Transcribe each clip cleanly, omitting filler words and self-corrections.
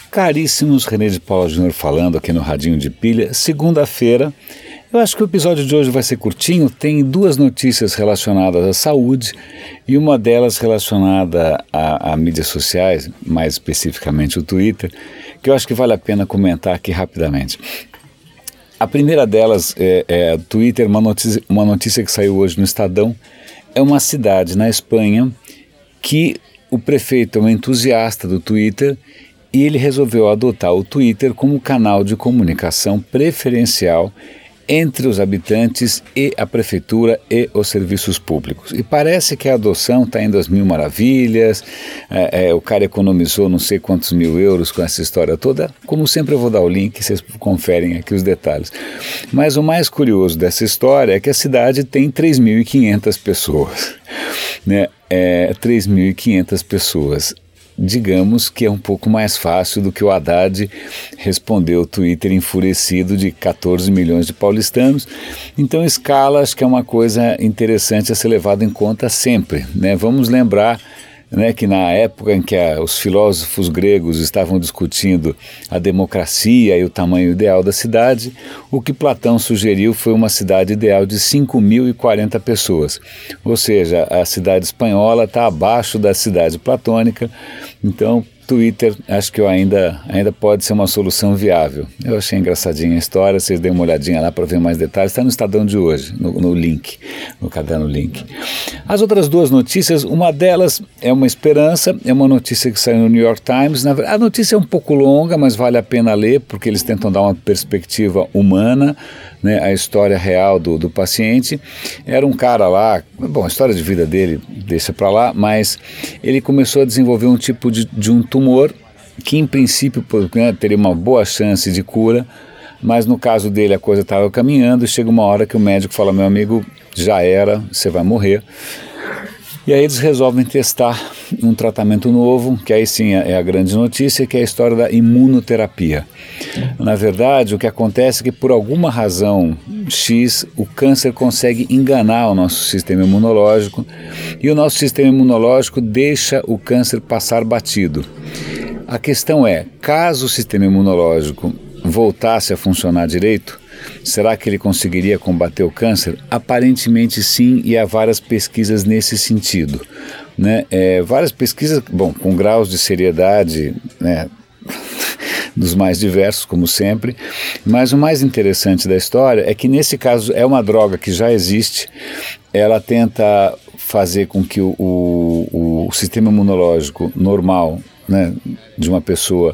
Caríssimos, René de Paula Júnior falando aqui no Radinho de Pilha, segunda-feira. Eu acho que o episódio de hoje vai ser curtinho, tem duas notícias relacionadas à saúde e uma delas relacionada a mídias sociais, mais especificamente o Twitter, que eu acho que vale a pena comentar aqui rapidamente. A primeira delas é Twitter, uma notícia que saiu hoje no Estadão, é uma cidade na Espanha que o prefeito é um entusiasta do Twitter e ele resolveu adotar o Twitter como canal de comunicação preferencial entre os habitantes e a prefeitura e os serviços públicos. E parece que a adoção está indo às mil maravilhas, o cara economizou não sei quantos €1000 com essa história toda. Como sempre eu vou dar o link, vocês conferem aqui os detalhes. Mas o mais curioso dessa história é que a cidade tem 3.500 pessoas, né? 3.500 pessoas. Digamos que é um pouco mais fácil do que o Haddad respondeu o Twitter enfurecido de 14 milhões de paulistanos. Então, escala acho que é uma coisa interessante a ser levada em conta sempre, né? Vamos lembrar, né, que na época em que os filósofos gregos estavam discutindo a democracia e o tamanho ideal da cidade, o que Platão sugeriu foi uma cidade ideal de 5.040 pessoas. Ou seja, a cidade espanhola está abaixo da cidade platônica, então Twitter acho que ainda pode ser uma solução viável. Eu achei engraçadinha a história, vocês deem uma olhadinha lá para ver mais detalhes, está no Estadão de hoje, no link, no caderno link. As outras duas notícias, uma delas é uma esperança, é uma notícia que saiu no New York Times. A notícia é um pouco longa, mas vale a pena ler, porque eles tentam dar uma perspectiva humana, né, a história real do paciente. Era um cara lá, bom, a história de vida dele deixa para lá, mas ele começou a desenvolver um tipo de um tumor que em princípio, né, teria uma boa chance de cura, mas no caso dele a coisa estava caminhando e chega uma hora que o médico fala: meu amigo, já era, você vai morrer. E aí eles resolvem testar um tratamento novo, que aí sim é a grande notícia, que é a história da imunoterapia. Na verdade, o que acontece é que por alguma razão X, o câncer consegue enganar o nosso sistema imunológico e o nosso sistema imunológico deixa o câncer passar batido. A questão é, caso o sistema imunológico voltasse a funcionar direito, será que ele conseguiria combater o câncer? Aparentemente sim, e há várias pesquisas nesse sentido, né? Várias pesquisas, bom, com graus de seriedade, né, dos mais diversos, como sempre, mas o mais interessante da história é que nesse caso é uma droga que já existe, ela tenta fazer com que o sistema imunológico normal, né, de uma pessoa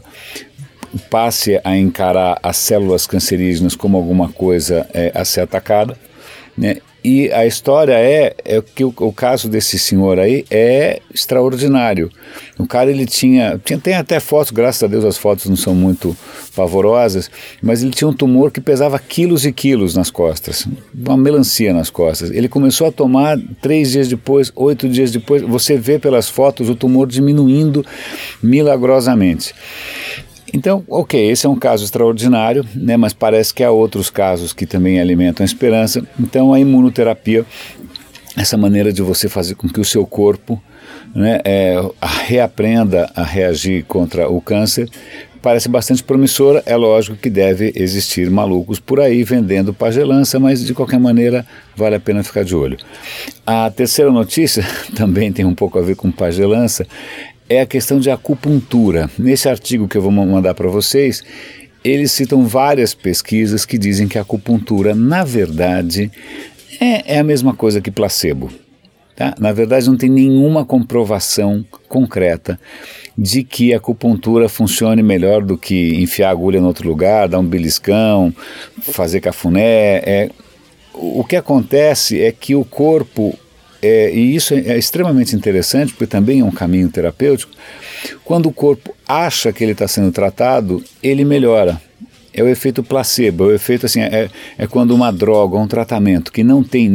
passe a encarar as células cancerígenas como alguma coisa a ser atacada, né? E a história é que o caso desse senhor aí é extraordinário. O cara, ele tem até fotos, graças a Deus as fotos não são muito pavorosas, mas ele tinha um tumor que pesava quilos e quilos nas costas, uma melancia nas costas. Ele começou a tomar 3 dias depois, 8 dias depois, você vê pelas fotos o tumor diminuindo milagrosamente. Então, ok, esse é um caso extraordinário, né, mas parece que há outros casos que também alimentam a esperança. Então, a imunoterapia, essa maneira de você fazer com que o seu corpo, né, reaprenda a reagir contra o câncer, parece bastante promissora. É lógico que deve existir malucos por aí vendendo pagelança, mas de qualquer maneira vale a pena ficar de olho. A terceira notícia também tem um pouco a ver com pagelança, é a questão de acupuntura. Nesse artigo que eu vou mandar para vocês, eles citam várias pesquisas que dizem que a acupuntura, na verdade, é a mesma coisa que placebo. Tá? Na verdade, não tem nenhuma comprovação concreta de que a acupuntura funcione melhor do que enfiar a agulha em outro lugar, dar um beliscão, fazer cafuné. O que acontece é que o corpo, e isso é extremamente interessante, porque também é um caminho terapêutico, quando o corpo acha que ele está sendo tratado, ele melhora. É o efeito placebo, é o efeito assim, é quando uma droga, um tratamento que não tem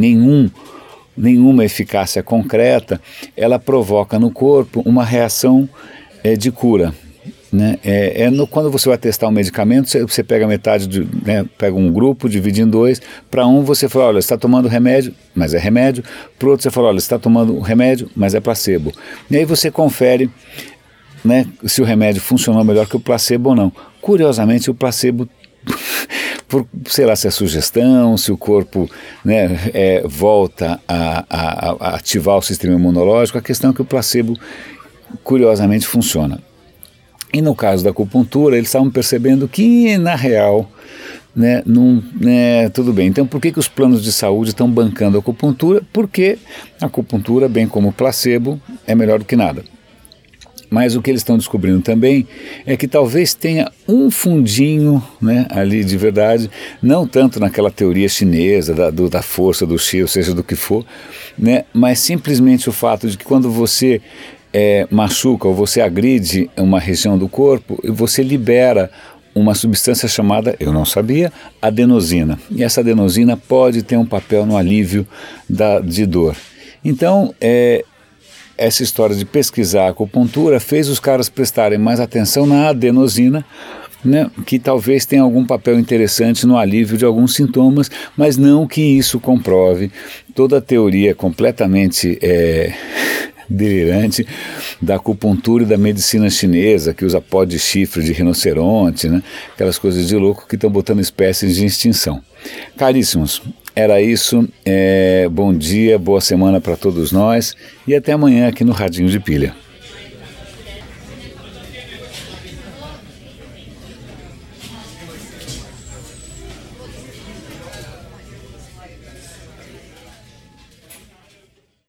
nenhuma eficácia concreta, ela provoca no corpo uma reação de cura. Né? Quando você vai testar um medicamento, você pega metade, pega um grupo, divide em dois. Para um você fala: olha, você está tomando remédio, mas é remédio. Para o outro você fala: olha, você está tomando remédio, mas é placebo. E aí você confere né, se o remédio funcionou melhor que o placebo ou não. Curiosamente, o placebo, sei lá, se é sugestão, se o corpo, né, volta a ativar o sistema imunológico, a questão é que o placebo, curiosamente, funciona. E no caso da acupuntura, eles estavam percebendo que, na real, né, não, tudo bem. Então, por que os planos de saúde estão bancando a acupuntura? Porque a acupuntura, bem como o placebo, é melhor do que nada. Mas o que eles estão descobrindo também é que talvez tenha um fundinho, né, ali de verdade, não tanto naquela teoria chinesa da força do chi, ou seja, do que for, né, mas simplesmente o fato de que quando você machuca ou você agride uma região do corpo, você libera uma substância chamada, eu não sabia, adenosina. E essa adenosina pode ter um papel no alívio de dor. Então, essa história de pesquisar a acupuntura fez os caras prestarem mais atenção na adenosina, né, que talvez tenha algum papel interessante no alívio de alguns sintomas, mas não que isso comprove toda a teoria completamente delirante da acupuntura e da medicina chinesa, que usa pó de chifre de rinoceronte, né, aquelas coisas de louco que estão botando espécies de extinção. Caríssimos, era isso, bom dia, boa semana para todos nós e até amanhã aqui no Radinho de Pilha.